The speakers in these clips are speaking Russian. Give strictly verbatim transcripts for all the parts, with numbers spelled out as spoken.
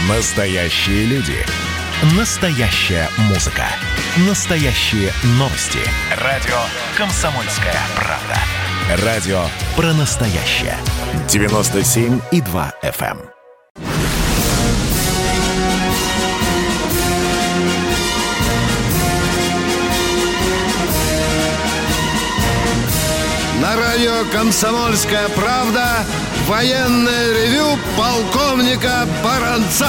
Настоящие люди. Настоящая музыка. Настоящие новости. Радио «Комсомольская правда». Радио про настоящее. девяносто семь и два эф эм. На радио «Комсомольская правда» военное ревю полковника Баранца.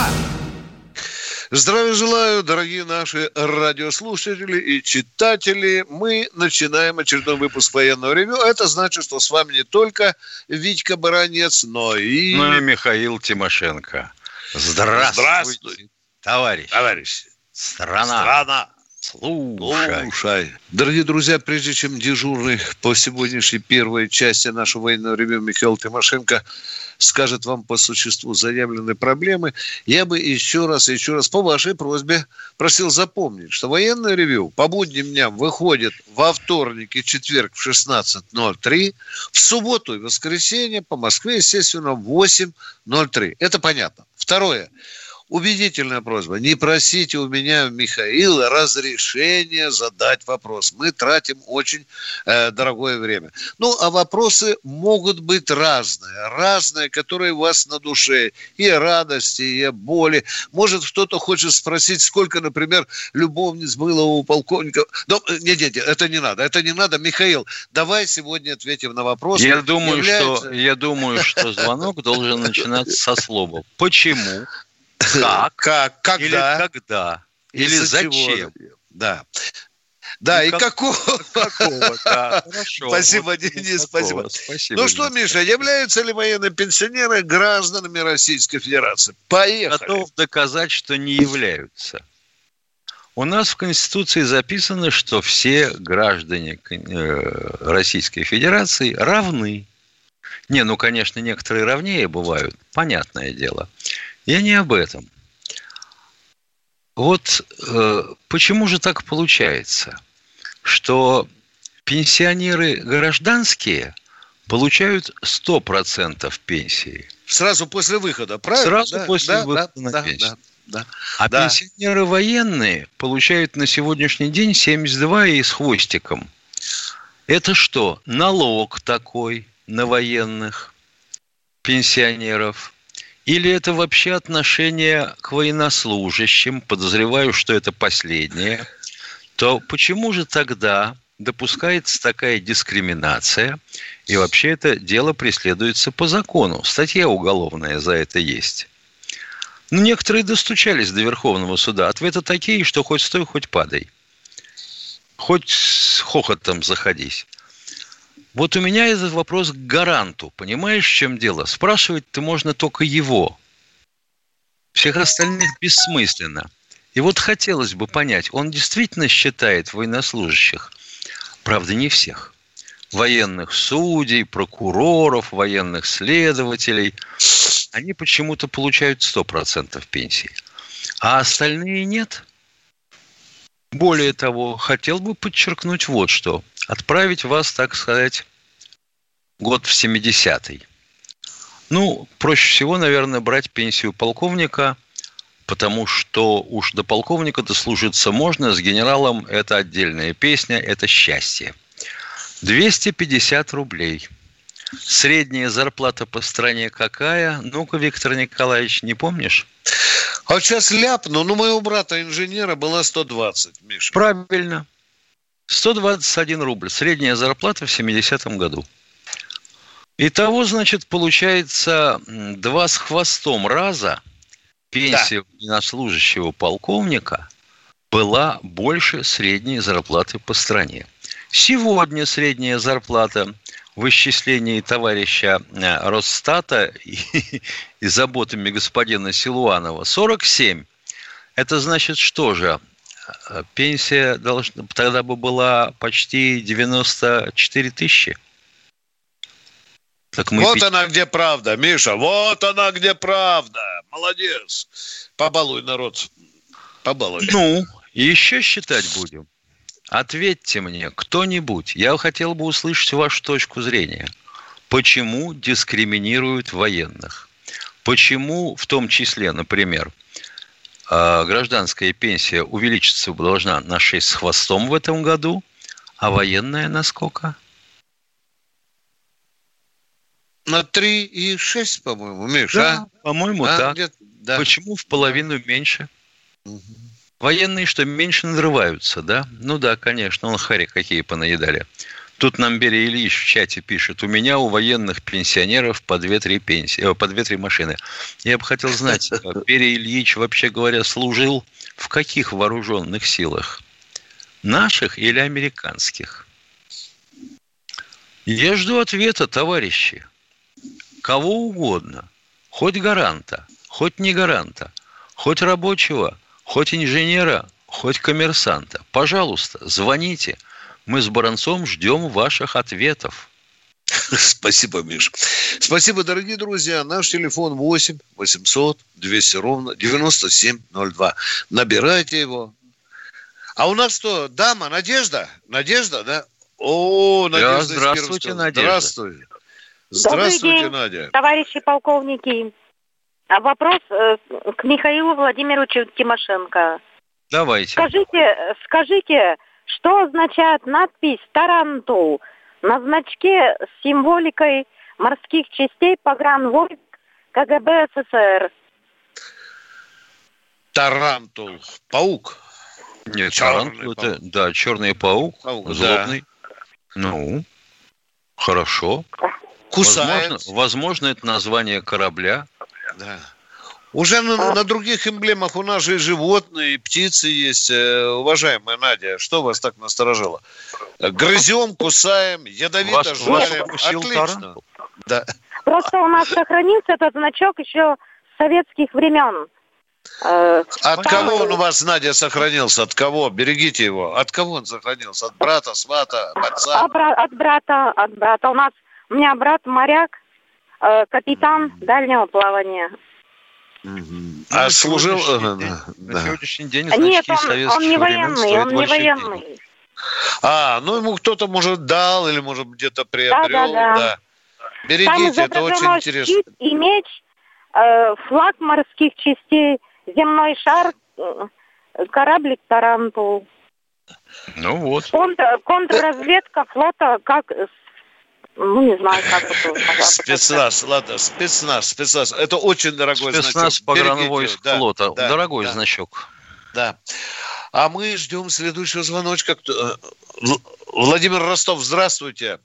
Здравия желаю, дорогие наши радиослушатели и читатели. Мы начинаем очередной выпуск военного ревю. Это значит, что с вами не только Витька Баранец, но и... Ну и Михаил Тимошенко. Здравствуйте, Здравствуй, товарищ. Товарищ. Страна. Страна. Слушай. Слушай. Дорогие друзья, прежде чем дежурный по сегодняшней первой части нашего военного ревю Михаил Тимошенко скажет вам по существу заявленной проблемы, я бы еще раз, еще раз по вашей просьбе просил запомнить, что военное ревю по будним дням выходит во вторник и четверг в шестнадцать ноль три, в субботу и воскресенье по Москве, естественно, в восемь ноль три. Это понятно. Второе. Убедительная просьба. Не просите у меня, Михаила, разрешения задать вопрос. Мы тратим очень э, дорогое время. Ну, а вопросы могут быть разные. Разные, которые у вас на душе. И радости, и боли. Может, кто-то хочет спросить, сколько, например, любовниц было у полковника. Но, нет, нет, это не надо. Это не надо. Михаил, давай сегодня ответим на вопрос. Я думаю, Является... что, я думаю, что звонок должен начинаться со слова «почему?». Как? Как? Когда? Или когда? Или Из-за зачем? Чего? Да. Да, и, и как... какого? какого? Да, хорошо. Спасибо, вот, Денис, спасибо. спасибо. Ну что, Миша, являются ли военные пенсионеры гражданами Российской Федерации? Поехали. Готов доказать, что не являются. У нас в Конституции записано, что все граждане Российской Федерации равны. Не, ну, конечно, некоторые равнее бывают, понятное дело. Я не об этом. Вот э, почему же так получается, что пенсионеры гражданские получают сто процентов пенсии? Сразу после выхода, правильно? Сразу да, после да, выхода да, на да, пенсию. Да, да, а да. пенсионеры военные получают на сегодняшний день семьдесят два и с хвостиком. Это что, налог такой на военных пенсионеров? Или это вообще отношение к военнослужащим? Подозреваю, что это последнее. То почему же тогда допускается такая дискриминация? И вообще это дело преследуется по закону. Статья уголовная за это есть. Ну, некоторые достучались до Верховного суда. Ответы такие, что хоть стой, хоть падай. Хоть с хохотом заходись. Вот у меня этот вопрос к гаранту. Понимаешь, в чем дело? Спрашивать-то можно только его. Всех остальных бессмысленно. И вот хотелось бы понять, он действительно считает военнослужащих, правда, не всех, военных судей, прокуроров, военных следователей, они почему-то получают сто процентов пенсии, а остальные нет. Более того, хотел бы подчеркнуть вот что. Отправить вас, так сказать, год в семидесятый. Ну, проще всего, наверное, брать пенсию полковника, потому что уж до полковника дослужиться можно, с генералом это отдельная песня, это счастье. двести пятьдесят рублей. Средняя зарплата по стране какая? Ну-ка, Виктор Николаевич, не помнишь? А вот сейчас ляпну, ну, моего брата-инженера была сто двадцать, Миша. Правильно. сто двадцать один рубль. Средняя зарплата в семидесятом году. Итого, значит, получается два с хвостом раза пенсия военнослужащего полковника была больше средней зарплаты по стране. Сегодня средняя зарплата в исчислении товарища Росстата и, и заботами господина Силуанова сорок семь. Это значит, что же? Пенсия должна, тогда бы была почти девяносто четыре тысячи. Так мы вот пи... она где правда, Миша, вот она где правда. Молодец. Побалуй народ. Побалуй. Ну, еще считать будем. Ответьте мне, кто-нибудь, я хотел бы услышать вашу точку зрения. Почему дискриминируют военных? Почему в том числе, например, гражданская пенсия увеличиться должна на шесть с хвостом в этом году, а военная на сколько? На три и шесть, по-моему, Миша, да, а? По-моему, а, так. Да. Почему в половину меньше? Угу. Военные что, меньше надрываются, да? Ну да, конечно, он хари какие понаедали. Тут нам Берия Ильич в чате пишет: у меня у военных пенсионеров по две-три пенсии, по две-три машины. Я бы хотел знать, Берия Ильич, вообще говоря, служил в каких вооруженных силах? Наших или американских? Я жду ответа, товарищи. Кого угодно. Хоть гаранта, хоть не гаранта, хоть рабочего, хоть инженера, хоть коммерсанта. Пожалуйста, звоните. Мы с Баранцом ждем ваших ответов. Спасибо, Миш. Спасибо, дорогие друзья. Наш телефон восемь восемьсот двести ровно девяносто семь ноль два. Набирайте его. А у нас что, дама, Надежда? Надежда, да? О, Надежда. Да, здравствуйте, Надежда. Здравствуйте. Здравствуйте, Добрый день, Надя. Товарищи полковники. Вопрос э, к Михаилу Владимировичу Тимошенко. Давайте. Скажите, скажите, что означает надпись «Тарантул» на значке с символикой морских частей погранвойск КГБ СССР? Тарантул. Паук. Нет, черный тарантул паук. это, да, черный паук, паук злобный. Да. Ну, хорошо. Кусает. Возможно, возможно, это название корабля. Да. Уже на, на других эмблемах у нас же и животные, и птицы есть. Уважаемая Надя, что вас так насторожило? Грызем, кусаем, ядовито Вас, жарим. вас Отлично. Да. Просто у нас сохранился этот значок еще с советских времен. Э, От там- кого он у вас, Надя, сохранился? От кого? Берегите его. От кого он сохранился? От брата, свата, отца? А бра- От брата, от брата. У нас, у меня брат моряк, э, капитан дальнего плавания. Мгм. Ну, А на служил... сегодняшний Ага, день- да, На да. сегодняшний день Нет, значки он, советских он не времен военный, стоят он не большие деньги. военный. А, ну ему кто-то, может, дал или, может, где-то приобрел. Да, да, да. Да. Там Берегите, это очень изображено интересно. щит и меч, э, флаг морских частей, земной шар, э, кораблик «Тарантул». Ну вот. Контр, контрразведка флота, как... э, Ну, не знаю, как это... Спецназ, ладно, спецназ, спецназ. Это очень дорогой Спецназ значок. погранвойск Берегите. флота. Да, Дорогой да, значок. Да. А мы ждем следующего звоночка. Кто- Л- Владимир Ростов, здравствуйте.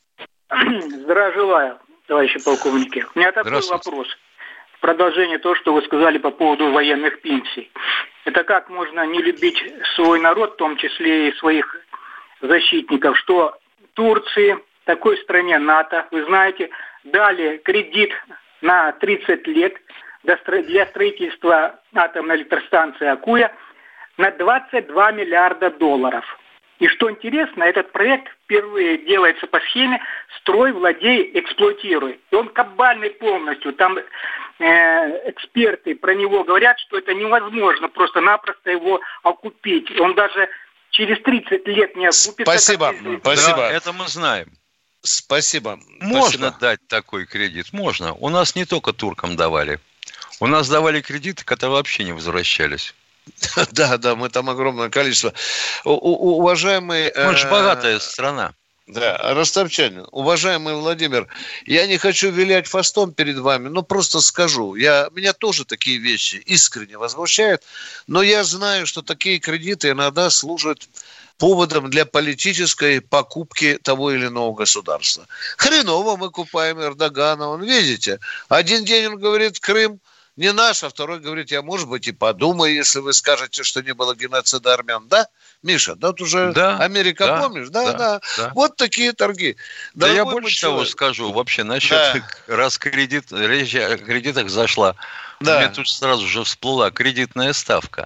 Здравия желаю, товарищи полковники. У меня такой Здравствуйте. вопрос. В продолжение того, что вы сказали по поводу военных пенсий. Это как можно не любить свой народ, в том числе и своих защитников, что Турции, такой стране НАТО, вы знаете, дали кредит на тридцать лет для строительства атомной электростанции «Акуя» на двадцать два миллиарда долларов. И что интересно, этот проект впервые делается по схеме «Строй, владей, эксплуатируй». И он кабальный полностью. Там э, эксперты про него говорят, что это невозможно просто-напросто его окупить. Он даже через тридцать лет не окупится. Спасибо. как- Спасибо. Да, это мы знаем. Спасибо. Можно Спасибо. дать такой кредит, можно. У нас не только туркам давали. У нас давали кредиты, которые вообще не возвращались. Да, да, мы там огромное количество. У- у- Уважаемый... Мы же э, богатая страна. Да, ростовчанин. Уважаемый Владимир, я не хочу вилять фастом перед вами, но просто скажу. Я, меня тоже такие вещи искренне возмущают, но я знаю, что такие кредиты иногда служат поводом для политической покупки того или иного государства. Хреново мы купаем Эрдогана, он, видите, один день он говорит, Крым не наш, а второй говорит, я, может быть, и подумаю, если вы скажете, что не было геноцида армян. Да, Миша? Да, тут уже Да, Америка, да, помнишь? Да, да, да, да. Вот такие торги. Да я Дорогой мой больше того человек, скажу. Вообще, насчет, Да. раз кредит, речь о кредитах зашла, Да. мне тут сразу же всплыла кредитная ставка.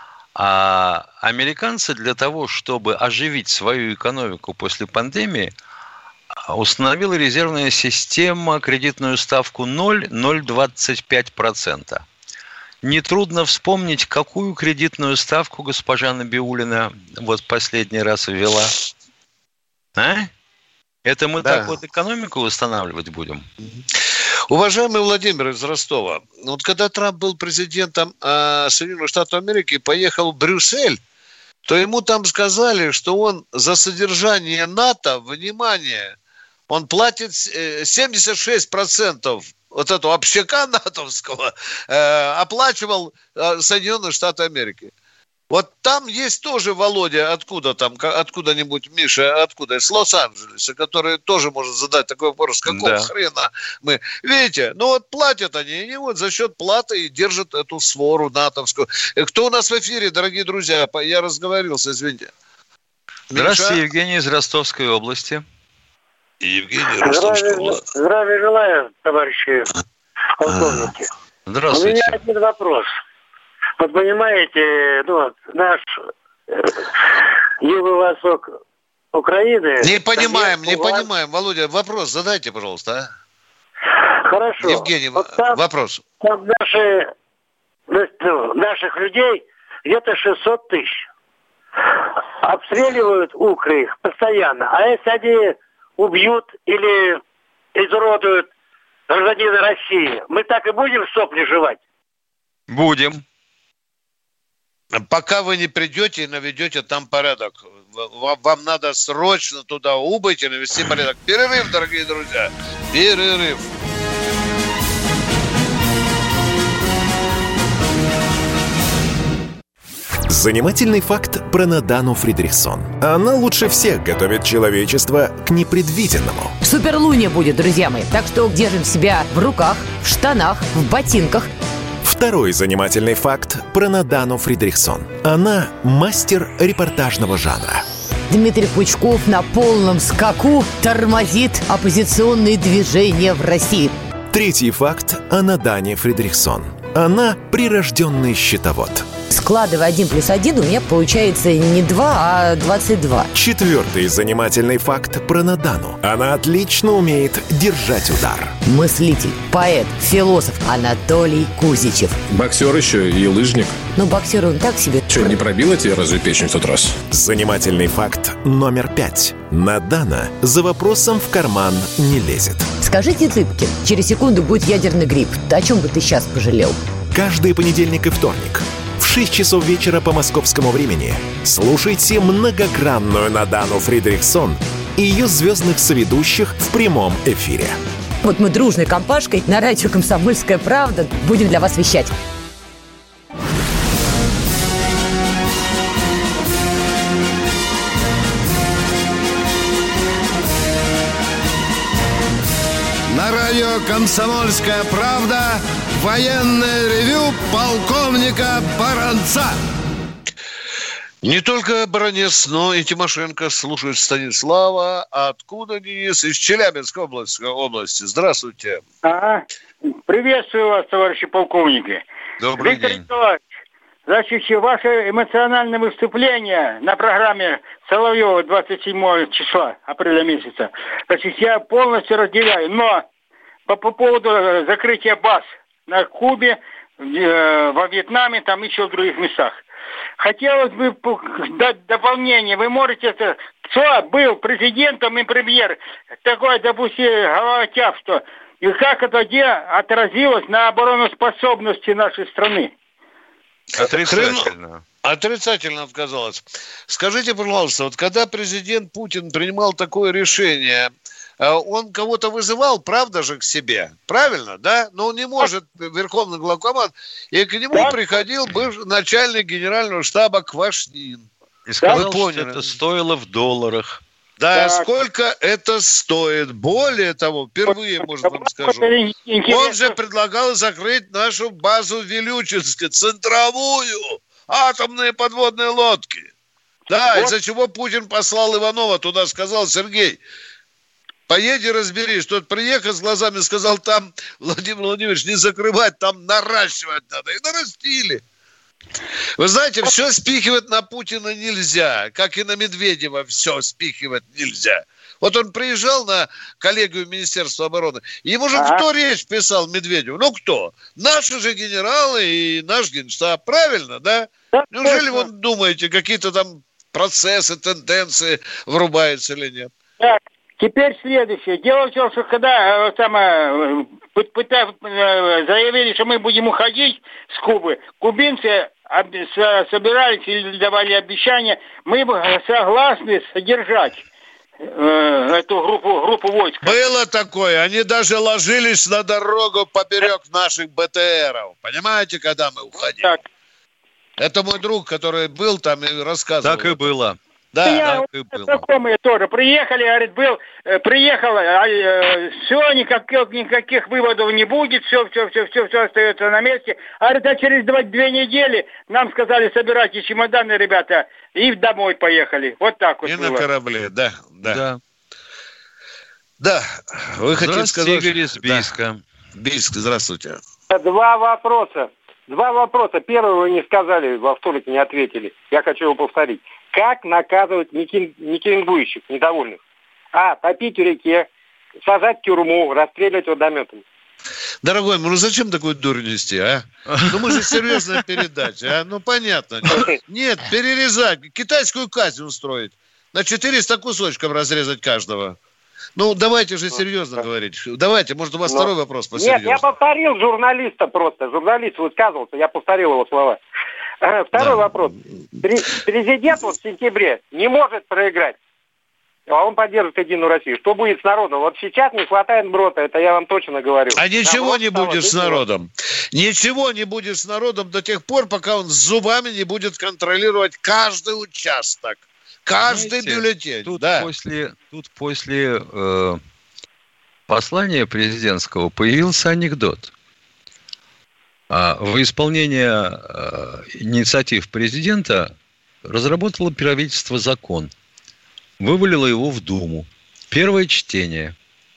А американцы для того, чтобы оживить свою экономику после пандемии, установила резервная система кредитную ставку ноль целых ноль двадцать пять сотых процента. Нетрудно вспомнить, какую кредитную ставку госпожа Набиуллина вот последний раз ввела. А? Это мы Да. так вот экономику восстанавливать будем? Уважаемый Владимир из Ростова, вот когда Трамп был президентом э, Соединенных Штатов Америки, поехал в Брюссель, то ему там сказали, что он за содержание НАТО, внимание, он платит семьдесят шесть процентов вот этого общака натовского, э, оплачивал э, Соединенные Штаты Америки. Вот там есть тоже Володя, откуда там, откуда-нибудь, Миша, откуда, из Лос-Анджелеса, который тоже может задать такой вопрос, какого да. хрена мы... Видите, ну вот платят они, и вот за счет платы и держат эту свору натовскую. Кто у нас в эфире, дорогие друзья? Я разговорился, извините. Здравствуйте, Евгений из Ростовской области. Евгений, Ростовская область. Здравия желаю, товарищи полковники. Здравствуйте. У меня один вопрос. Вот понимаете, ну, наш э, юго-восток Украины... Не понимаем, не Угла... понимаем. Володя, вопрос задайте, пожалуйста. А? Хорошо. Евгений, вот там, вопрос. Там наши, ну, наших людей где-то шестьсот тысяч. Обстреливают укры их постоянно. А если они убьют или изуродуют гражданина России, мы так и будем в сопли жевать? Будем. Пока вы не придете и наведете там порядок. Вам, вам надо срочно туда убыть и навести порядок. Перерыв, дорогие друзья. Перерыв. Занимательный факт про Надану Фридрихсон. Она лучше всех готовит человечество к непредвиденному. Суперлуния будет, друзья мои. Так что держим себя в руках, в штанах, в ботинках. Второй занимательный факт про Надану Фридрихсон. Она мастер репортажного жанра. Дмитрий Пучков на полном скаку тормозит оппозиционные движения в России. Третий факт о Надане Фридрихсон. Она прирожденный счетовод. Складывая один плюс один, у меня получается не два, а двадцать два. Четвертый занимательный факт про Надану. Она отлично умеет держать удар. Мыслитель, поэт, философ Анатолий Кузичев. Боксер еще и лыжник. Ну, боксер он так себе. Че, не пробила тебе разве печень в тот раз? Занимательный факт номер пять. Надана за вопросом в карман не лезет. Скажите, Цыпкин, через секунду будет ядерный грипп. О чем бы ты сейчас пожалел? Каждый понедельник и вторник в шесть часов вечера по московскому времени слушайте многогранную Надану Фридрихсон и ее звездных соведущих в прямом эфире. Вот мы дружной компашкой на радио «Комсомольская правда» будем для вас вещать. На радио «Комсомольская правда» военное ревю полковника Баранца. Не только Баранец, но и Тимошенко слушают Станислава. А откуда, Денис? Из Челябинской области. области. Здравствуйте. Ага. Приветствую вас, товарищи полковники. Добрый Виктор день. Николаевич, значит, ваше эмоциональное выступление на программе Соловьева двадцать седьмого числа апреля месяца, значит, я полностью разделяю. Но по, по поводу закрытия баз на Кубе, э, во Вьетнаме, там еще в других местах. Хотелось бы дать дополнение. Вы можете это... Кто был президентом и премьер? Такое, допустим, говорятство. И как это где отразилось на обороноспособности нашей страны? Отрицательно. Отрицательно отказалось. Скажите, пожалуйста, вот когда президент Путин принимал такое решение, он кого-то вызывал, правда же, к себе? Правильно, да? Но он не может, верховный главкоманд, и к нему да? приходил бывший начальник генерального штаба Квашнин. И сказал, что это стоило в долларах. Да, так. Сколько это стоит? Более того, впервые, может, вам скажу. Он же предлагал закрыть нашу базу в Вилючинске, центровую, атомные подводные лодки. Да, вот. Из-за чего Путин послал Иванова туда, сказал: Сергей, поеди разберись. Тот приехал с глазами, сказал: там, Владимир Владимирович, не закрывать, там наращивать надо. И нарастили. Вы знаете, все спихивать на Путина нельзя, как и на Медведева все спихивать нельзя. Вот он приезжал на коллегию Министерства обороны, ему же ага. кто речь писал Медведеву? Ну кто? Наши же генералы и наш генштаб, правильно, да? Неужели вы думаете, какие-то там процессы, тенденции врубаются или нет? Так, теперь следующее. Дело в том, что когда там заявили, что мы будем уходить с Кубы. Кубинцы собирались или давали обещания, мы согласны содержать эту группу, группу войск. Было такое. Они даже ложились на дорогу поперек наших БТРов. Понимаете, когда мы уходили? Так. Это мой друг, который был там и рассказывал. Так и было. Да, я, так и было. Знакомые тоже приехали, говорит, был, приехал, а, все, никаких, никаких выводов не будет, все, все, все, все, все остается на месте. А, говорит, а через два, две недели нам сказали, собирайте чемоданы, ребята, и домой поехали. Вот так вот и было. И на корабле, да, да. Да. Да, вы хотите сказать... Игорь из Бийска. Да. Бийск, здравствуйте. Два вопроса. Два вопроса. Первый вы не сказали, во вторник не ответили. Я хочу его повторить. Как наказывать митингующих, недовольных? А. Топить в реке, сажать в тюрьму, расстреливать водометами. Дорогой, ну зачем такую дурь нести, а? Ну мы же серьезная передача, а? Ну понятно. Нет, перерезать, китайскую казнь устроить. На четыреста кусочков разрезать каждого. Ну, давайте же серьезно говорить. Давайте, может, у вас Но... второй вопрос посерьезнее. Нет, я повторил журналиста просто. Журналист высказывался, я повторил его слова. Второй да. вопрос. Президент вот в сентябре не может проиграть, а он поддержит Единую Россию. Что будет с народом? Вот сейчас не хватает брота, это я вам точно говорю. А ничего Там не будет с народом. Ничего не будет с народом до тех пор, пока он с зубами не будет контролировать каждый участок. Каждый Знаете, бюллетень. Тут да. после, тут после э, послания президентского появился анекдот. А в исполнение э, инициатив президента разработало правительство закон. Вывалило его в Думу. Первое чтение.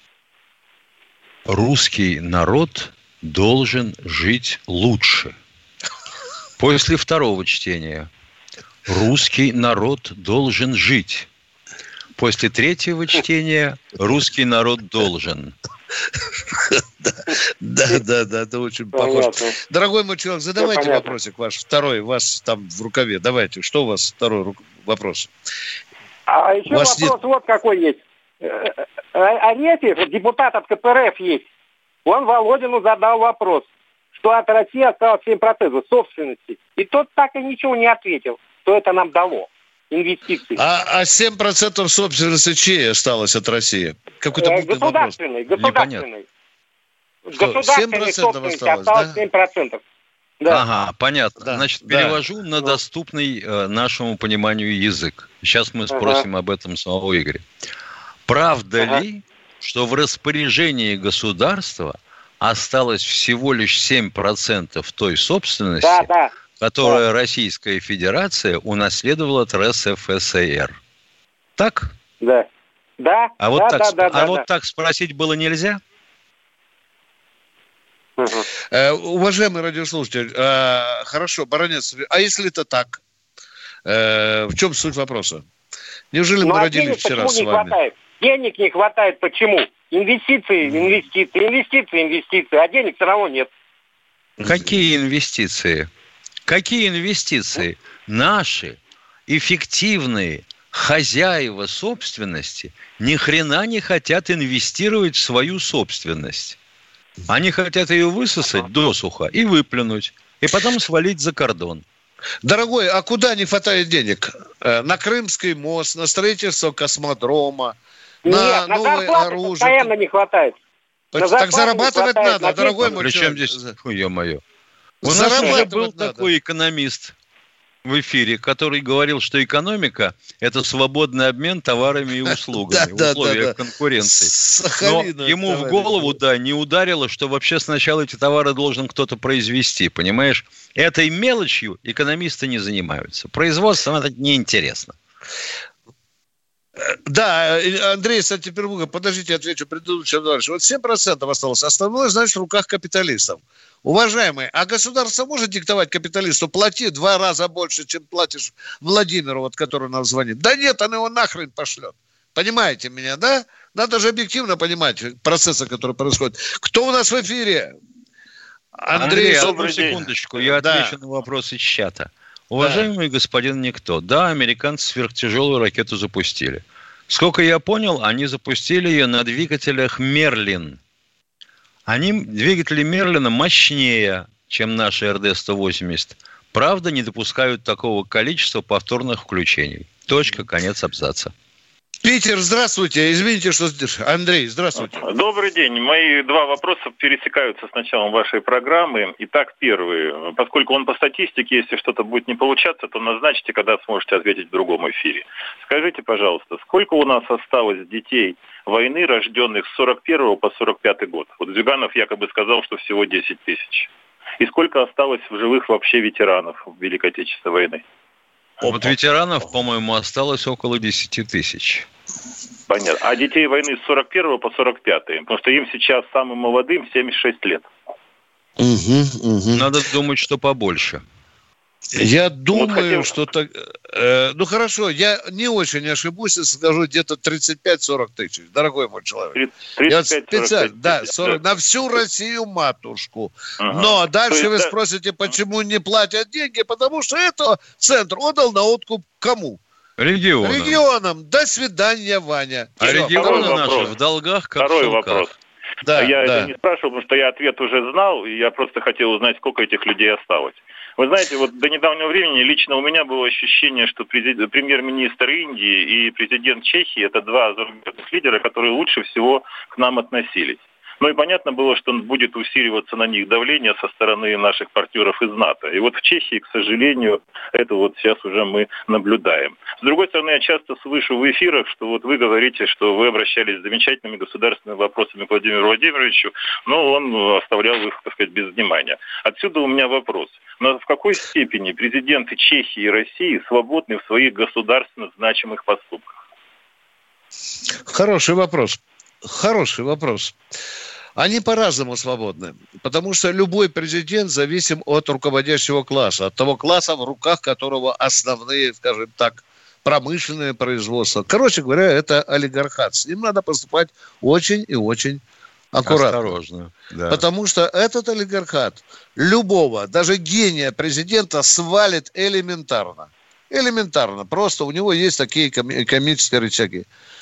Русский народ должен жить лучше. После второго чтения. Русский народ должен жить. После третьего чтения русский народ должен. Да, да, да, это очень похоже. Дорогой мой человек, задавайте вопросик ваш второй, у вас там в рукаве. Давайте, что у вас второй вопрос? А еще вопрос вот какой есть. Арефьев, депутат от ка пэ эр эф есть. Он Володину задал вопрос, что от России осталось семь процентов собственности. И тот так и ничего не ответил. Что это нам дало? Инвестиции. А, а семь процентов собственности чьей осталось от России? Какой-то э, государственный, государственный. Государственной собственности осталось, осталось да? семь процентов. Да. Ага, понятно. Да, Значит, да. перевожу на доступный э, нашему пониманию язык. Сейчас мы спросим ага. об этом самого Игоря. Правда ага. ли, что в распоряжении государства осталось всего лишь семь процентов той собственности, да, да. которую да. Российская Федерация унаследовала от эр эс эф эс эр? Так? Да. Да, а вот, да, так, да, да, а да, вот да. так спросить было нельзя? Угу. Э, уважаемый радиослушатель, э, хорошо, Баранец, а если это так? Э, в чем суть вопроса? Неужели ну, мы а родились вчера с не вами? Хватает? Денег не хватает. Почему? Инвестиции, инвестиции, инвестиции, инвестиции, а денег все равно нет. Какие инвестиции? Какие инвестиции? Наши эффективные хозяева собственности ни хрена не хотят инвестировать в свою собственность. Они хотят ее высосать досуха и выплюнуть, и потом свалить за кордон. Дорогой, а куда не хватает денег? На Крымский мост, на строительство космодрома, Нет, на, на новое оружие. Постоянно не хватает. Так зарабатывать надо, на дорогой мой Причем человек. здесь, ой, ё-моё. У нас уже был надо. такой экономист в эфире, который говорил, что экономика – это свободный обмен товарами и услугами в условиях конкуренции. Но ему в голову, да, не ударило, что вообще сначала эти товары должен кто-то произвести, понимаешь? Этой мелочью экономисты не занимаются. Производством это неинтересно. Да, Андрей из Санкт-Петербурга, подождите, отвечу предыдущему товарищу. Вот семь процентов осталось. Основное, значит, в руках капиталистов. Уважаемые, а государство может диктовать капиталисту, плати два раза больше, чем платишь Владимиру, вот, который нам звонит? Да нет, он его нахрен пошлет. Понимаете меня, да? Надо же объективно понимать процессы, которые происходят. Кто у нас в эфире? Андрей, Андрей одну секундочку, я да. отвечу на вопрос из чата. Уважаемый да. господин Никто, да, американцы сверхтяжелую ракету запустили. Сколько я понял, они запустили ее на двигателях «Мерлин». Они, двигатели Мерлина, мощнее, чем наши эр дэ сто восемьдесят. Правда, не допускают такого количества повторных включений. Точка, конец абзаца. Питер, здравствуйте. Извините, что... Андрей, здравствуйте. Добрый день. Мои два вопроса пересекаются с началом вашей программы. Итак, первый. Поскольку он по статистике, если что-то будет не получаться, то назначьте, когда сможете ответить в другом эфире. Скажите, пожалуйста, сколько у нас осталось детей войны, рожденных с сорок первого по сорок пятый год? Вот Зюганов якобы сказал, что всего десять тысяч. И сколько осталось в живых вообще ветеранов Великой Отечественной войны? Вот ветеранов, по-моему, осталось около десять тысяч. Понятно. А детей войны с сорок первого по сорок пятый? Потому что им сейчас самым молодым семьдесят шесть лет. Угу, угу. Надо думать, что побольше. Я думаю, вот хотел... что так. Э, ну хорошо, я не очень ошибусь, если скажу где-то тридцать пять сорок тысяч, дорогой мой человек. тридцать пять сорок тысяч, да, сорок, да, на всю Россию матушку. Ага. Но дальше есть, вы да... спросите, почему не платят деньги, потому что это центр отдал на откуп кому? Регионам. Регионам. До свидания, Ваня. А Все. регионы наши в долгах, как Второй в шелках. Вопрос. Да, я да. это не спрашивал, потому что я ответ уже знал, и я просто хотел узнать, сколько этих людей осталось. Вы знаете, вот до недавнего времени лично у меня было ощущение, что президент, премьер-министр Индии и президент Чехии – это два зарубежных лидера, которые лучше всего к нам относились. Ну и понятно было, что будет усиливаться на них давление со стороны наших партнеров из НАТО. И вот в Чехии, к сожалению, это вот сейчас уже мы наблюдаем. С другой стороны, я часто слышу в эфирах, что вот вы говорите, что вы обращались с замечательными государственными вопросами к Владимиру Владимировичу, но он оставлял их, так сказать, без внимания. Отсюда у меня вопрос. Но в какой степени президенты Чехии и России свободны в своих государственно значимых поступках? Хороший вопрос. Хороший вопрос. Они по-разному свободны, потому что любой президент зависим от руководящего класса, от того класса, в руках которого основные, скажем так, промышленные производства. Короче говоря, это олигархат. С ним надо поступать очень и очень аккуратно. Осторожно. Да. Потому что этот олигархат любого, даже гения президента свалит элементарно. Элементарно. Просто у него есть такие экономические рычаги.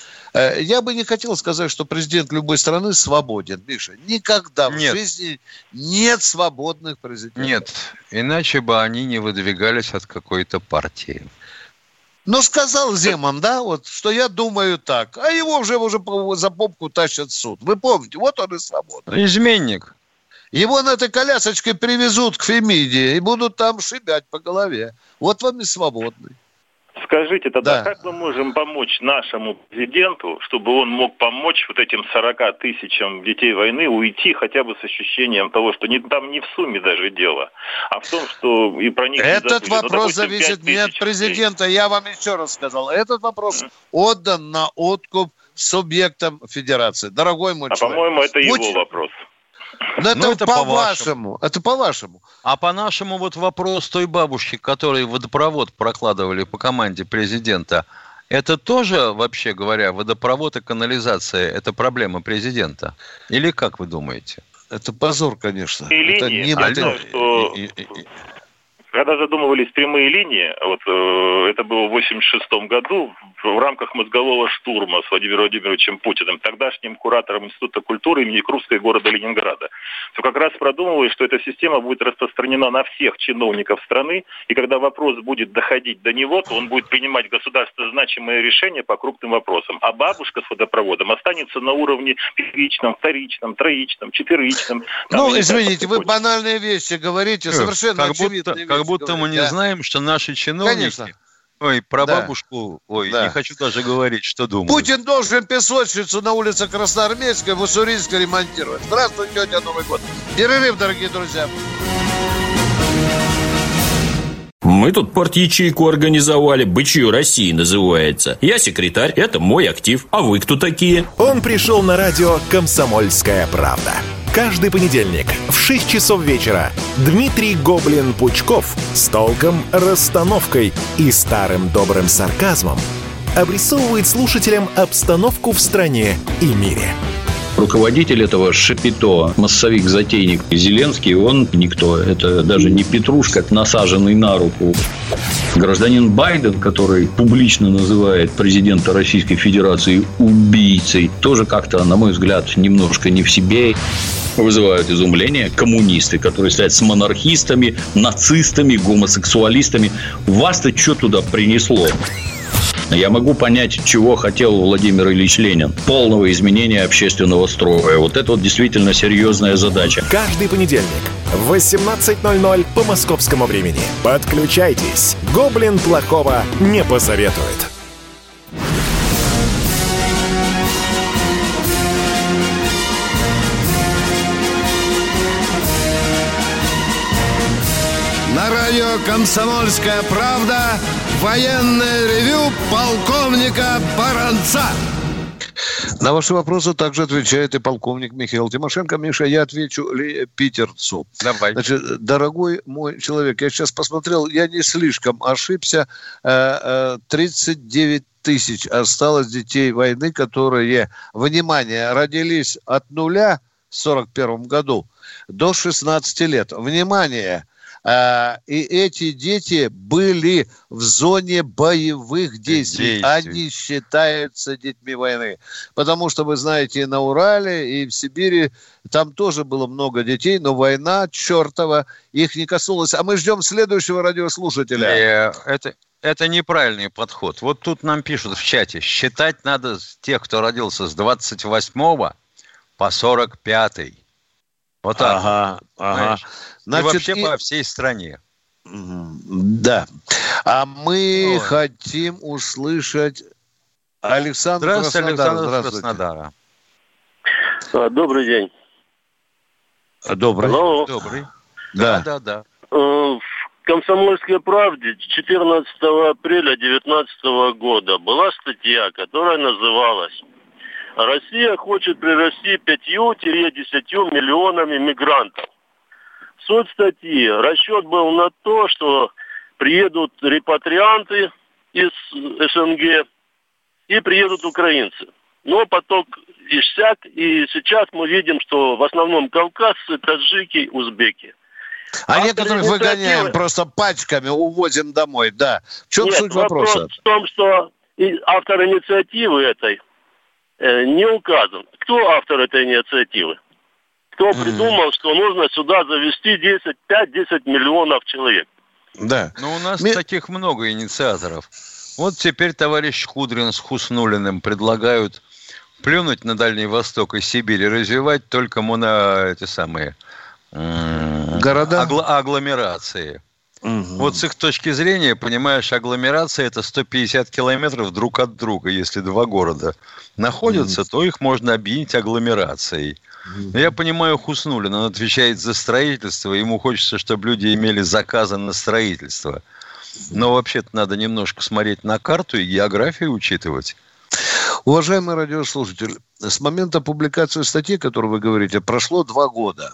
Я бы не хотел сказать, что президент любой страны свободен, Миша. Никогда нет. в жизни нет свободных президентов. Нет, иначе бы они не выдвигались от какой-то партии. Ну, сказал Земан, да, вот, что я думаю так. А его уже, уже за попку тащат в суд. Вы помните, вот он и свободен. Изменник. Его на этой колясочке привезут к Фемиде и будут там шибять по голове. Вот вам и свободный. Скажите тогда, да. Как мы можем помочь нашему президенту, чтобы он мог помочь вот этим сорока тысячам детей войны уйти хотя бы с ощущением того, что не, там не в сумме даже дело, а в том, что и про них... Этот вопрос ну, допустим, зависит не от президента, людей. Я вам еще раз сказал. Этот вопрос mm-hmm. отдан на откуп субъектам федерации. Дорогой мой а человек. А по-моему, это Будь... его вопрос. Но это, это по-вашему. Это по-вашему. А по-нашему вот вопрос той бабушки, которой водопровод прокладывали по команде президента, это тоже, вообще говоря, водопровод и канализация, это проблема президента? Или как вы думаете? Это позор, конечно. И это линии, не... а это... что... и, и, и... Когда задумывались прямые линии, вот э, это было в восемьдесят шестом году в, в рамках мозгового штурма с Владимиром Владимировичем Путиным, тогдашним куратором Института культуры имени Крупской города Ленинграда, то как раз продумывалось, что эта система будет распространена на всех чиновников страны, и когда вопрос будет доходить до него, то он будет принимать государственно значимые решения по крупным вопросам. А бабушка с водопроводом останется на уровне первичном, вторичном, троичном, четверичном. Ну, извините, вы банальные вещи говорите, совершенно как очевидные будто, как будто мы не да. знаем, что наши чиновники... Конечно. Ой, про да. бабушку, ой, да. не хочу даже говорить, что думаю. Путин должен песочницу на улице Красноармейской в Уссурийске ремонтировать. Здравствуйте, тетя Новый год. Перерыв, дорогие друзья. Мы тут порт-ячейку организовали, «Бычье России» называется. Я секретарь, это мой актив. А вы кто такие? Он пришел на радио «Комсомольская правда». Каждый понедельник в шесть часов вечера Дмитрий Гоблин-Пучков с толком, расстановкой и старым добрым сарказмом обрисовывает слушателям обстановку в стране и мире. Руководитель этого шапито, массовик-затейник Зеленский, он никто. Это даже не петрушка, насаженный на руку. Гражданин Байден, который публично называет президента Российской Федерации убийцей, тоже как-то, на мой взгляд, немножко не в себе. Вызывают изумление коммунисты, которые стоят с монархистами, нацистами, гомосексуалистами. Вас-то что туда принесло? Я могу понять, чего хотел Владимир Ильич Ленин. Полного изменения общественного строя. Вот это вот действительно серьезная задача. Каждый понедельник в восемнадцать ноль ноль по московскому времени. Подключайтесь. Гоблин плохого не посоветует. На радио «Комсомольская правда» военное ревю полковника Баранца. На ваши вопросы также отвечает и полковник Михаил Тимошенко. Миша, я отвечу ли питерцу. Давай. Значит, дорогой мой человек, я сейчас посмотрел, я не слишком ошибся. тридцать девять тысяч осталось детей войны, которые, внимание, родились от нуля в сорок первом году до шестнадцати лет. Внимание! И эти дети были в зоне боевых действий. Действий. Они считаются детьми войны. Потому что, вы знаете, на Урале и в Сибири там тоже было много детей, но война чертова их не коснулась. А мы ждем следующего радиослушателя. Это, это неправильный подход. Вот тут нам пишут в чате, считать надо тех, кто родился с двадцать восьмого по сорок пятый. Вот так. Ага, ага. Значит, и вообще и... по всей стране. Да. А мы Ой. хотим услышать Александра Здравствуйте, Краснодара. Александр Краснодара. Добрый день. Добрый. Алло. Добрый. Да, да, да. да. В «Комсомольской правде» четырнадцатого апреля две тысячи девятнадцатого года была статья, которая называлась «Россия хочет прирасти пятью-десятью миллионами мигрантов». Суть статьи. Расчет был на то, что приедут репатрианты из СНГ и приедут украинцы. Но поток иссяк, и сейчас мы видим, что в основном кавказцы, таджики, узбеки. А некоторых выгоняем просто пачками, увозим домой, да. В чем Нет, суть вопроса? Вопрос в том, что автор инициативы этой не указан. Кто автор этой инициативы? Кто mm-hmm. придумал, что нужно сюда завести десять, пять-десять миллионов человек? Да. Ну, у нас Ми... таких много инициаторов. Вот теперь товарищ Кудрин с Хуснуллиным предлагают плюнуть на Дальний Восток и Сибирь и развивать только моно... эти самые... города? Агл... агломерации. Угу. Вот с их точки зрения, понимаешь, агломерация – это сто пятьдесят километров друг от друга. Если два города находятся, угу. то их можно объединить агломерацией. Угу. Я понимаю Хуснуллина, он отвечает за строительство, ему хочется, чтобы люди имели заказы на строительство. Но вообще-то надо немножко смотреть на карту и географию учитывать. Уважаемый радиослушатель, с момента публикации статьи, о которой вы говорите, прошло два года.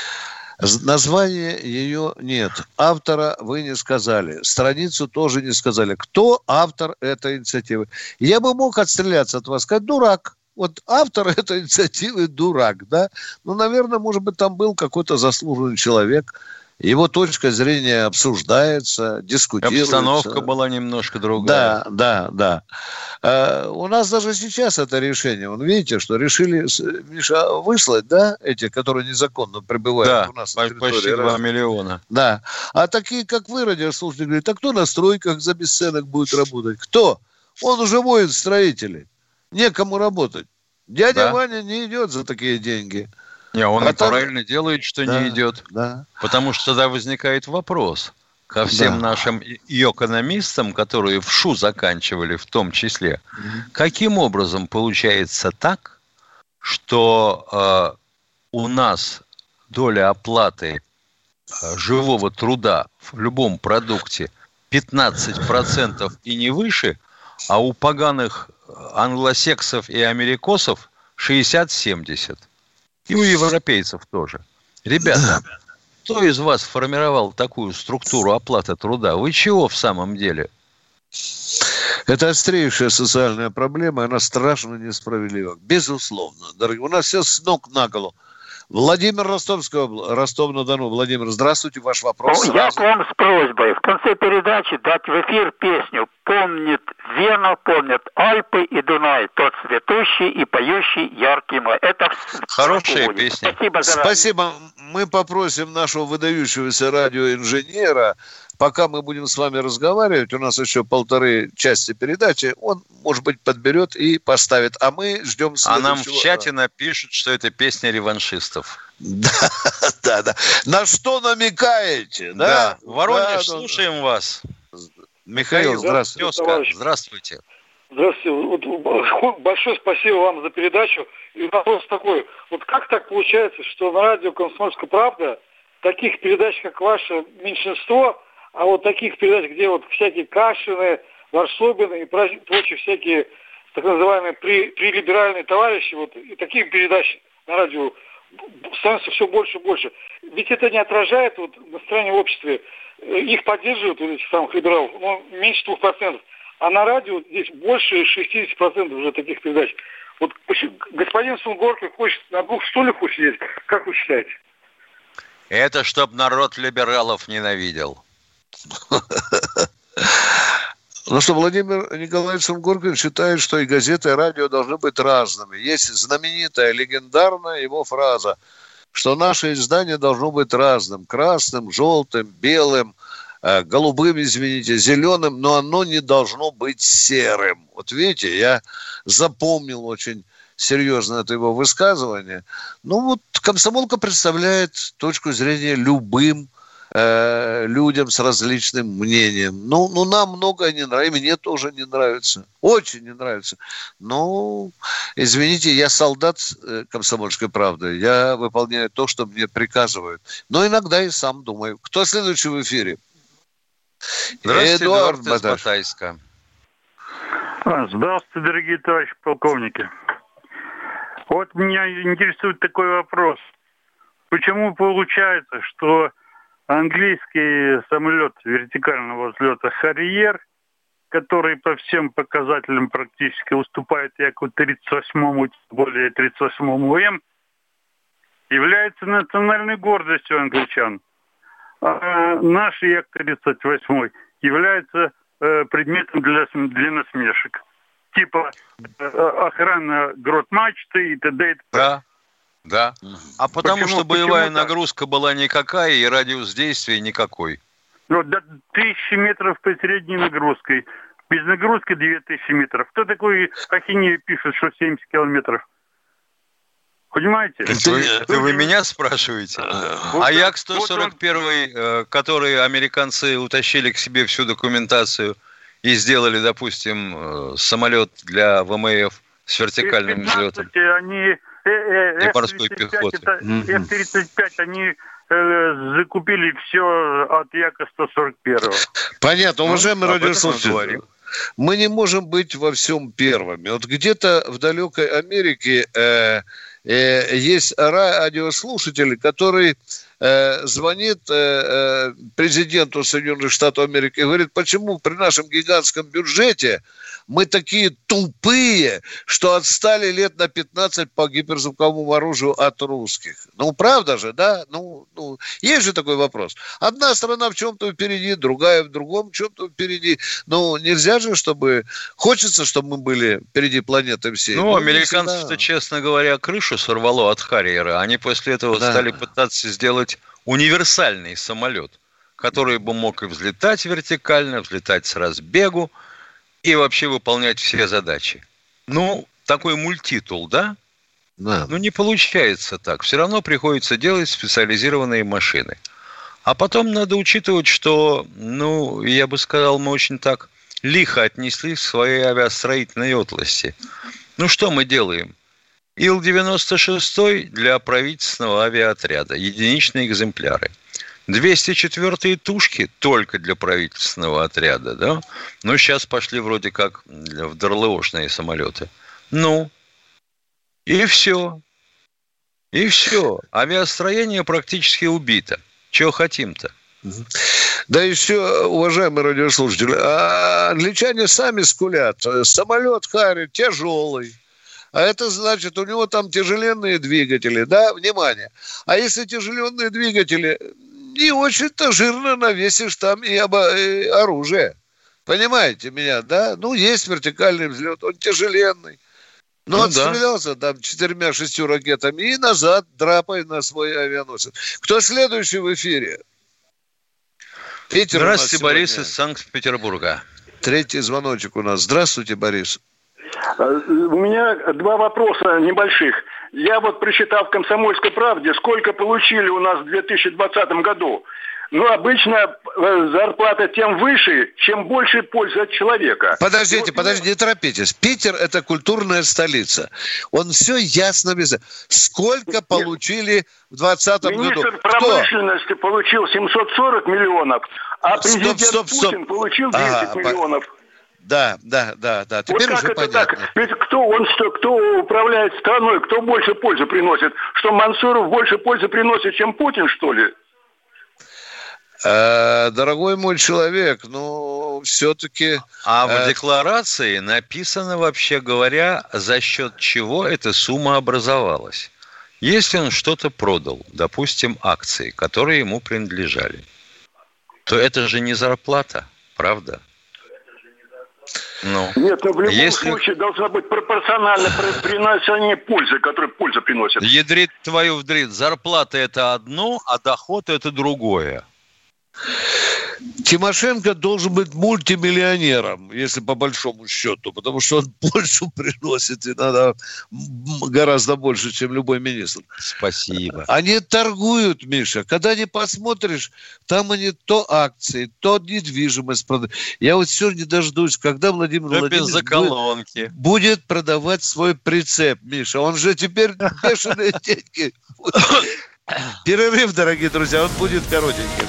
Названия ее нет. Автора вы не сказали. Страницу тоже не сказали. Кто автор этой инициативы? Я бы мог отстреляться от вас, сказать, дурак. Вот автор этой инициативы дурак, да? Ну, наверное, может быть, там был какой-то заслуженный человек. Его точка зрения обсуждается, дискутируется. Обстановка была немножко другая. Да, да, да. А, у нас даже сейчас это решение. Вон, видите, что решили, Миша, выслать, да, эти, которые незаконно пребывают да, у нас на территории. Почти два миллиона. Да. А такие, как вы, радиослушатели, говорят, а кто на стройках за бесценок будет работать? Кто? Он уже воин строителей. Некому работать. Дядя да. Ваня не идет за такие деньги. Не, он а и правильно там... делает, что да, не идет. Да. Потому что тогда возникает вопрос ко всем да. нашим и экономистам, которые в ШУ заканчивали в том числе. Mm-hmm. Каким образом получается так, что э, у нас доля оплаты э, живого труда в любом продукте пятнадцать процентов и не выше, а у поганых англосексов и америкосов шестьдесят-семьдесят процентов. И у европейцев тоже. Ребята, кто из вас формировал такую структуру оплаты труда? Вы чего в самом деле? Это острейшая социальная проблема, она страшно несправедлива. Безусловно. Дорогие, у нас все с ног на голову. Владимир, Ростовская область, Ростов-на-Дону. Владимир, здравствуйте, ваш вопрос. Я к вам с просьбой в конце передачи дать в эфир песню «Помнит Вена, помнят Альпы и Дунай, тот цветущий и поющий яркий май». Это хорошая песня. Спасибо за Спасибо. Мы попросим нашего выдающегося радиоинженера, пока мы будем с вами разговаривать, у нас еще полторы части передачи, он, может быть, подберет и поставит. А мы ждем следующего. А нам в чате напишут, что это песня реваншистов. Да, да, да. На что намекаете? Да, да. Воронеж, да, слушаем да. вас. Михаил, здравствуйте. Здравствуйте. Здравствуйте. Здравствуйте. Вот большое спасибо вам за передачу. И вопрос такой. Вот как так получается, что на радио «Комсомольская правда» таких передач, как ваша, меньшинство, а вот таких передач, где вот всякие Кашины, Варсобины и прочие всякие так называемые при, прилиберальные товарищи, вот и таких передач на радио становится все больше и больше. Ведь это не отражает вот настроение в обществе. Их поддерживают, вот этих самых либералов, ну, меньше двух процентов. А на радио здесь больше шестьдесят процентов уже таких передач. Вот господин Сунгоркин хочет на двух стульях усидеть. Как вы считаете? Это чтоб народ либералов ненавидел. Ну что, Владимир Николаевич Сунгоркин считает, что и газеты, и радио должны быть разными. Есть знаменитая, легендарная его фраза, что наше издание должно быть разным. Красным, желтым, белым, э, голубым, извините, зеленым, но оно не должно быть серым. Вот видите, я запомнил очень серьезно это его высказывание. Ну вот «Комсомолка» представляет точку зрения любым э, людям с различным мнением. Ну, ну, нам многое не нравится, мне тоже не нравится. Очень не нравится. Ну, извините, я солдат э, «Комсомольской правды». Я выполняю то, что мне приказывают. Но иногда и сам думаю. Кто следующий в эфире? Здравствуйте, Эдуард, Эдуард из Батайска. Здравствуйте, дорогие товарищи полковники. Вот меня интересует такой вопрос. Почему получается, что английский самолет вертикального взлета «Харьер», который по всем показателям практически уступает Яку тридцать восьмому, более тридцать восьмому М, является национальной гордостью англичан, а наш Як тридцать восемь является э, предметом для, для насмешек. Типа э, охрана грот-мачты и т.д. и т.п. Да, да. А потому Почему? что боевая Почему нагрузка была никакая и радиус действия никакой. Вот, до тысячи метров по средней нагрузкой. Без нагрузки две тысячи метров. Кто такой ахинею пишет, что семьдесят километров? Понимаете? Это вы, это вы меня спрашиваете? Вот а он, Як сто сорок один, вот он... который американцы утащили к себе всю документацию и сделали, допустим, самолет для ВМФ с вертикальным взлетом. Они, э, э, и морской пехоты. эф тридцать пять, они э, закупили все от Яка сто сорок один. Понятно, уважаемые ну, радиослушатели. Мы не можем быть во всем первыми. Вот где-то в далекой Америке э, э, есть радиослушатель, который э, звонит э, президенту Соединенных Штатов Америки и говорит, почему при нашем гигантском бюджете мы такие тупые, что отстали лет на пятнадцать по гиперзвуковому оружию от русских. Ну, правда же, да? Ну, ну, есть же такой вопрос. Одна страна в чем-то впереди, другая в другом чем-то впереди. Ну, нельзя же, чтобы... Хочется, чтобы мы были впереди планеты всей. Ну, американцев-то, честно говоря, крышу сорвало от Харьера. Они после этого да. стали пытаться сделать универсальный самолет, который бы мог и взлетать вертикально, взлетать с разбегу, и вообще выполнять все задачи. Ну, такой мультитул, да? Да. Ну, не получается так. Все равно приходится делать специализированные машины. А потом надо учитывать, что, ну, я бы сказал, мы очень так лихо отнеслись к своей авиастроительной отрасли. Ну, что мы делаем? Ил девяносто шесть для правительственного авиаотряда. Единичные экземпляры. двести четвёртые тушки только для правительственного отряда, да? Но сейчас пошли вроде как в ДРЛОшные самолеты. Ну, и все. И все. Авиастроение практически убито. Чего хотим-то? Да еще, уважаемые радиослушатели, а англичане сами скулят. Самолет Харри тяжелый. А это значит, у него там тяжеленные двигатели, да, внимание. А если тяжеленные двигатели, не очень-то жирно навесишь там и, обо... и оружие. Понимаете меня, да? Ну, есть вертикальный взлет, он тяжеленный. Но ну, отстрелялся да. там четырьмя-шестью ракетами и назад драпай на свой авианосец. Кто следующий в эфире? Питер. Здравствуйте, Борис из Санкт-Петербурга. Третий звоночек у нас. Здравствуйте, Борис. У меня два вопроса небольших. Я вот прочитал в «Комсомольской правде», сколько получили у нас в две тысячи двадцатом году. Ну, обычно зарплата тем выше, чем больше пользы от человека. Подождите, вот, подождите, не торопитесь. Питер – это культурная столица. Он все ясно без... Сколько получили в двадцатом году? Министр промышленности Кто? получил семьсот сорок миллионов, а президент стоп, стоп, стоп. Путин получил десять ага, миллионов. Да, да, да, да. Теперь вот уже понятно. Так? Ведь кто, он, кто управляет страной, кто больше пользы приносит? Что Мансуров больше пользы приносит, чем Путин, что ли? Дорогой мой человек, ну, все-таки... А в декларации написано, вообще говоря, за счет чего эта сумма образовалась. Если он что-то продал, допустим, акции, которые ему принадлежали, то это же не зарплата, правда? Ну, Нет, но в любом если... случае должна быть пропорционально приношение пользы, которая пользу приносит. Ядрит твою вдрит. Зарплата – это одно, а доход – это другое. Тимошенко должен быть мультимиллионером, если по большому счету, потому что он пользу приносит иногда гораздо больше, чем любой министр. Спасибо. Они торгуют, Миша. Когда не посмотришь, там они то акции, то недвижимость продают. Я вот все не дождусь, когда Владимир да Владимирович будет, будет продавать свой прицеп, Миша. Он же теперь бешеные деньги. Перерыв, дорогие друзья, он будет коротеньким.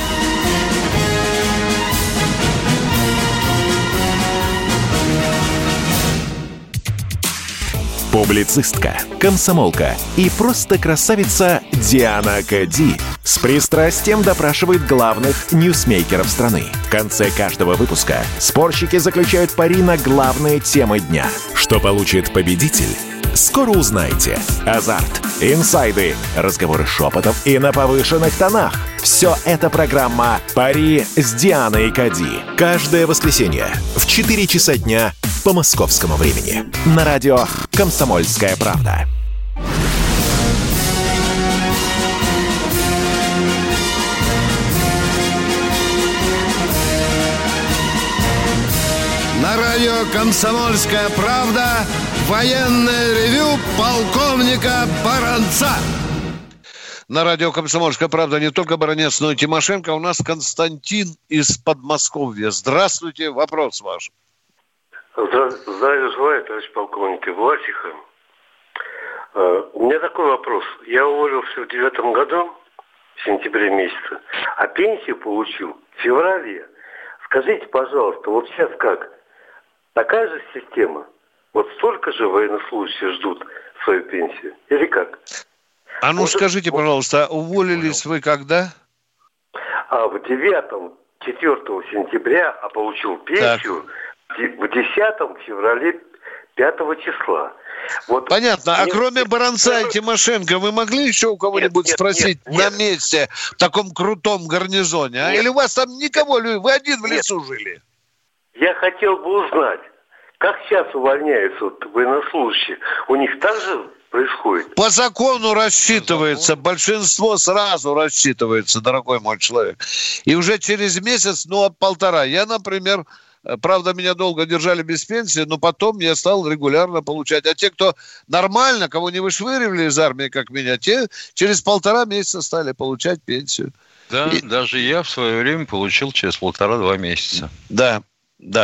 Публицистка, комсомолка и просто красавица Диана Кади с пристрастием допрашивает главных ньюсмейкеров страны. В конце каждого выпуска спорщики заключают пари на главные темы дня. Что получит победитель? Скоро узнаете. Азарт, инсайды, разговоры шепотов и на повышенных тонах. Все это программа «Пари с Дианой Кади». Каждое воскресенье в четыре часа дня по московскому времени. На радио «Комсомольская правда». На радио «Комсомольская правда» военное ревю полковника Баранца. На радио «Комсомольская правда» не только Баранец, но и Тимошенко. У нас Константин из Подмосковья. Здравствуйте, вопрос ваш. Здравия желаю, товарищ полковник, Власиха. У меня такой вопрос. Я уволился в девятом году, в сентябре месяце, а пенсию получил в феврале. Скажите, пожалуйста, вот сейчас как? Такая же система? Вот столько же военнослужащих ждут свою пенсию? Или как? А ну, Может, скажите, пожалуйста, уволились вы когда? А в девятом, четвёртого сентября, а получил пенсию так. в десятом феврале пятого числа. Вот. Понятно. А кроме Баранца и Тимошенко, вы могли еще у кого-нибудь нет, спросить нет, нет, на месте в таком крутом гарнизоне? А? Или у вас там никого, вы один в лесу нет. жили? Я хотел бы узнать, как сейчас увольняются вот военнослужащие? У них так же происходит? По закону рассчитывается, большинство сразу рассчитывается, дорогой мой человек. И уже через месяц, ну, от полтора. Я, например, правда, меня долго держали без пенсии, но потом я стал регулярно получать. А те, кто нормально, кого не вышвыривали из армии, как меня, те через полтора месяца стали получать пенсию. Да, И... даже я в свое время получил через полтора-два месяца. Да, да.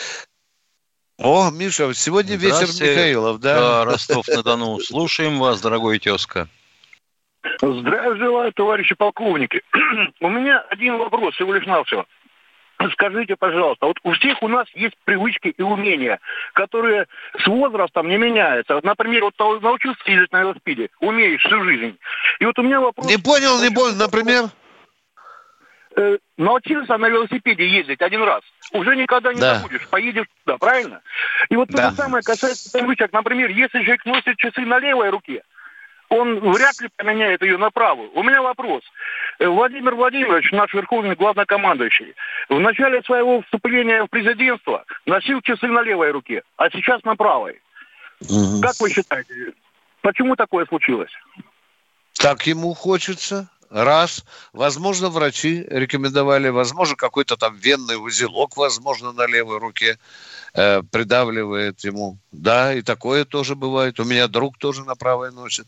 О, Миша, сегодня вечер Михаилов, да? Да, Ростов-на-Дону. Слушаем вас, дорогой тезка. Здравия желаю, товарищи полковники. У меня один вопрос, всего лишь навсего. Скажите, пожалуйста, вот у всех у нас есть привычки и умения, которые с возрастом не меняются. Вот, например, вот научился ездить на велосипеде, умеешь всю жизнь. И вот у меня вопрос... Не понял, не понял, например? э, научился на велосипеде ездить один раз, уже никогда не Да. забудешь, поедешь туда, правильно? И вот Да. то же самое касается привычек. Например, если человек носит часы на левой руке, он вряд ли поменяет ее на правую. У меня вопрос. Э, Владимир Владимирович, наш верховный главнокомандующий, в начале своего вступления в президентство носил часы на левой руке, а сейчас на правой. Мгм. Как вы считаете, почему такое случилось? Так ему хочется. Раз. Возможно, врачи рекомендовали, возможно, какой-то там венный узелок, возможно, на левой руке э, придавливает ему. Да, и такое тоже бывает. У меня друг тоже на правой носит.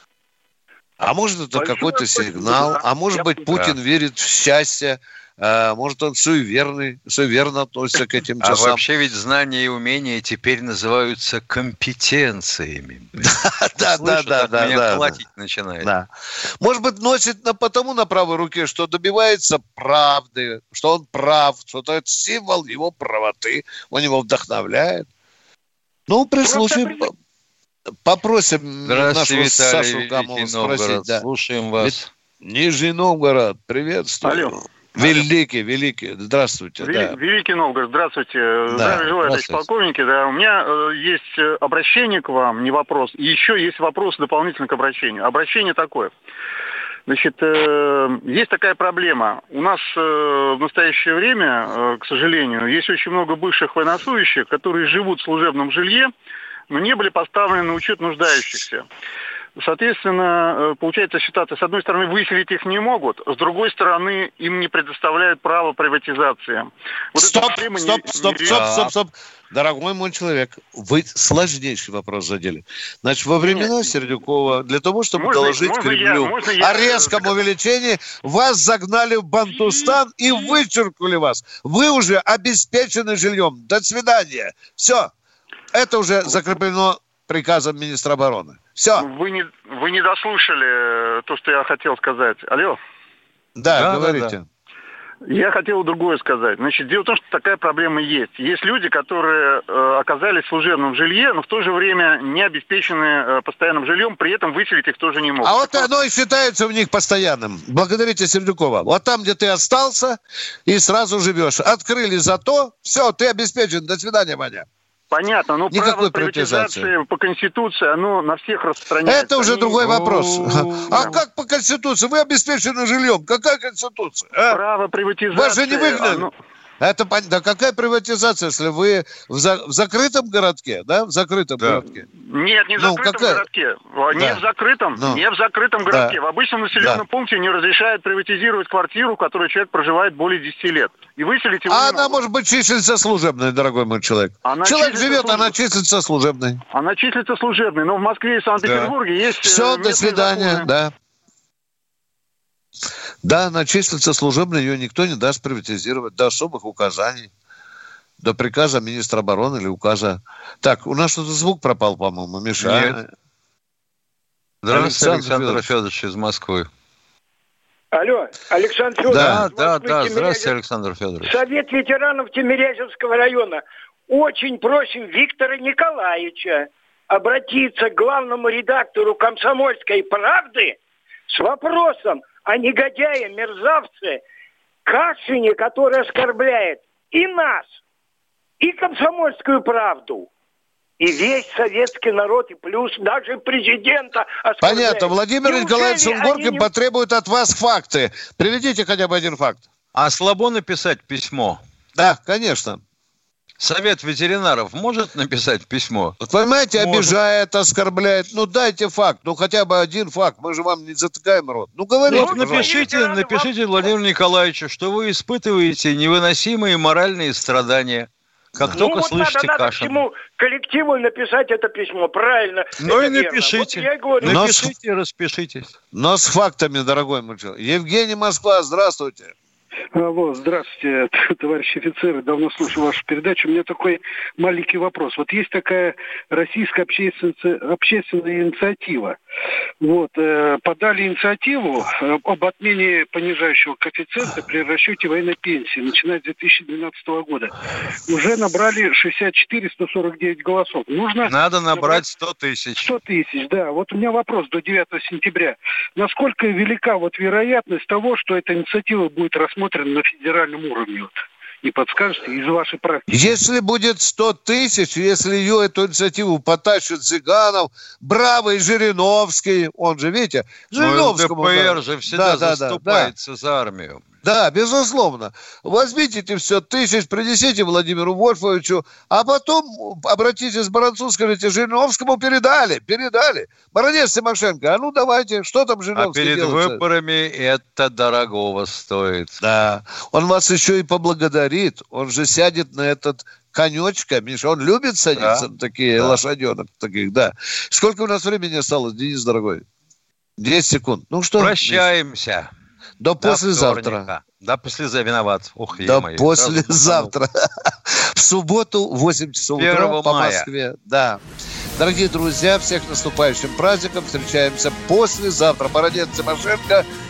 А может, это Большое какой-то спасибо, сигнал, да. а может Я быть, понимаю. Путин верит в счастье, а может, он суеверный, суеверно относится к этим А часам. вообще ведь знания и умения теперь называются компетенциями. Да, да, Слышат, да, от да, меня да. платить начинает. Да. Может быть, носит на, потому на правой руке, что добивается правды, что он прав, что это символ его правоты, он его вдохновляет. Ну, при случае по- попросим Здравствуйте, нашего Виталий, Сашу Великий Гамова Новгород. спросить. Да. Слушаем вас. Нижний Новгород, приветствую. Алло. Великий, великий, здравствуйте. Вели- Да. Великий Новгород, здравствуйте. Здравия желаю, товарищ здравствуйте. полковники. Да, у меня э, есть э, обращение к вам, не вопрос. И еще есть вопрос дополнительно к обращению. Обращение такое. Значит, э, есть такая проблема. У нас э, в настоящее время, э, к сожалению, есть очень много бывших военнослужащих, которые живут в служебном жилье, но не были поставлены на учет нуждающихся. Соответственно, э, получается ситуация, с одной стороны, выселить их не могут, с другой стороны, им не предоставляют право приватизации. Вот эта Стоп, проблема не- стоп, стоп, не- стоп, стоп, стоп. Дорогой мой человек, вы сложнейший вопрос задели. Значит, во времена Сердюкова для того, чтобы Можно- доложить можно я- Кремлю можно я- о резком увеличении, вас загнали в Бантустан и вычеркнули вас. Вы уже обеспечены жильем. До свидания. Все. Это уже закреплено приказом министра обороны. Все. Вы не, вы не дослушали э, то, что я хотел сказать. Алло? Да, Да, говорите. да, Я хотел другое сказать. Значит, дело в том, что такая проблема есть. Есть люди, которые э, оказались в служебном жилье, но в то же время не обеспечены э, постоянным жильем, при этом выселить их тоже не могут. А вот оно и считается у них постоянным. Благодарите Сердюкова. Вот там, где ты остался, и сразу живешь. Открыли зато, все, ты обеспечен. До свидания, Ваня. Понятно, но Никакой право приватизации по Конституции, оно на всех распространяется. Это уже Они- другой вопрос. А как по Конституции? Вы обеспечены жильем. Какая Конституция? а? Право приватизации... Вас же не выгнали. оно- Это пон- да какая приватизация, если вы в, за- в закрытом городке, да? В закрытом городке. Нет, не в Ну, закрытом какая? городке. А, Не Да. в закрытом, Ну. не в закрытом Да. городке. В обычном населенном Да. пункте не разрешают приватизировать квартиру, в которой человек проживает более десяти лет. И выселить его А не она могут. может быть числится служебной, дорогой мой человек. Она Человек числится живет, служеб- она числится служебной. Она числится служебной, но в Москве и Санкт-Петербурге есть... э, Все, до местные свидания, законы. да. Да, она числится служебной, ее никто не даст приватизировать до особых указаний, до приказа министра обороны или указа. Так, у нас что-то звук пропал, по-моему, Миша. Нет. а? Здравствуйте, Александр Александр Федорович из Москвы. Алло, Александр Федорович. Да, из да, Москвы, да. Тимирязев- Здравствуйте, Александр Федорович. Совет ветеранов Тимирязевского района. Очень просим Виктора Николаевича обратиться к главному редактору «Комсомольской правды» с вопросом о негодяе, мерзавце Кашине, который оскорбляет и нас, и «Комсомольскую правду», и весь советский народ, и плюс даже президента оскорбляет. Понятно. Владимир Неужели Николаевич Сунгоркин они не- потребует от вас факты. Приведите хотя бы один факт. А слабо написать письмо? Да, конечно. Совет ветеринаров может написать письмо? Вот понимаете, Может. обижает, оскорбляет. Ну, дайте факт. Ну, хотя бы один факт. Мы же вам не затыкаем рот. Ну, говорите, Вот пожалуйста. напишите, напишите Владимиру Николаевичу, что вы испытываете невыносимые моральные страдания, как Ну, только вот слышите надо, надо Кашина. всему коллективу написать это письмо, правильно. Ну это и верно. напишите. Вот я и говорю. Но Напишите, распишитесь. Но с фактами, дорогой мой человек. Евгений, Москва, здравствуйте. Алло, здравствуйте, товарищи офицеры. Давно слушаю вашу передачу. У меня такой маленький вопрос. Вот есть такая российская общественная, общественная инициатива вот, э, подали инициативу э, об отмене понижающего коэффициента при расчете военной пенсии, начиная с две тысячи двенадцатого года. Уже набрали шестьдесят четыре сто сорок девять голосов. Нужно Надо набрать сто тысяч. сто тысяч, да. Вот у меня вопрос до девятого сентября. Насколько велика вот вероятность того, что эта инициатива будет рассмотрена на федеральном уровне? Вот? Не подскажете из вашей практики? Если будет сто тысяч, если ее, эту инициативу потащит Зиганов, бравый Жириновский, он же, видите, Жириновскому... Ну, ЛДПР же всегда да, заступается да, да. за армию. Да, безусловно. Возьмите эти все тысяч, принесите Владимиру Вольфовичу, а потом обратитесь к Баранцу, скажите, Жириновскому передали, передали. Баронец Тимошенко, а ну давайте, что там Жириновский делает? А перед делается? Выборами это дорогого стоит. Да, он вас еще и поблагодарит, он же сядет на этот... конечка, Миша, он любит садиться да. на такие да. лошаденок таких, да. Сколько у нас времени осталось, Денис, дорогой? десять секунд. Ну что? Прощаемся. До, До послезавтра. Вторника. До послезавтра. Виноват. Ох, До послезавтра. В субботу в восемь часов утра по Москве. Да. Дорогие друзья, всех наступающим праздником. Встречаемся послезавтра. Баронец Тимошенко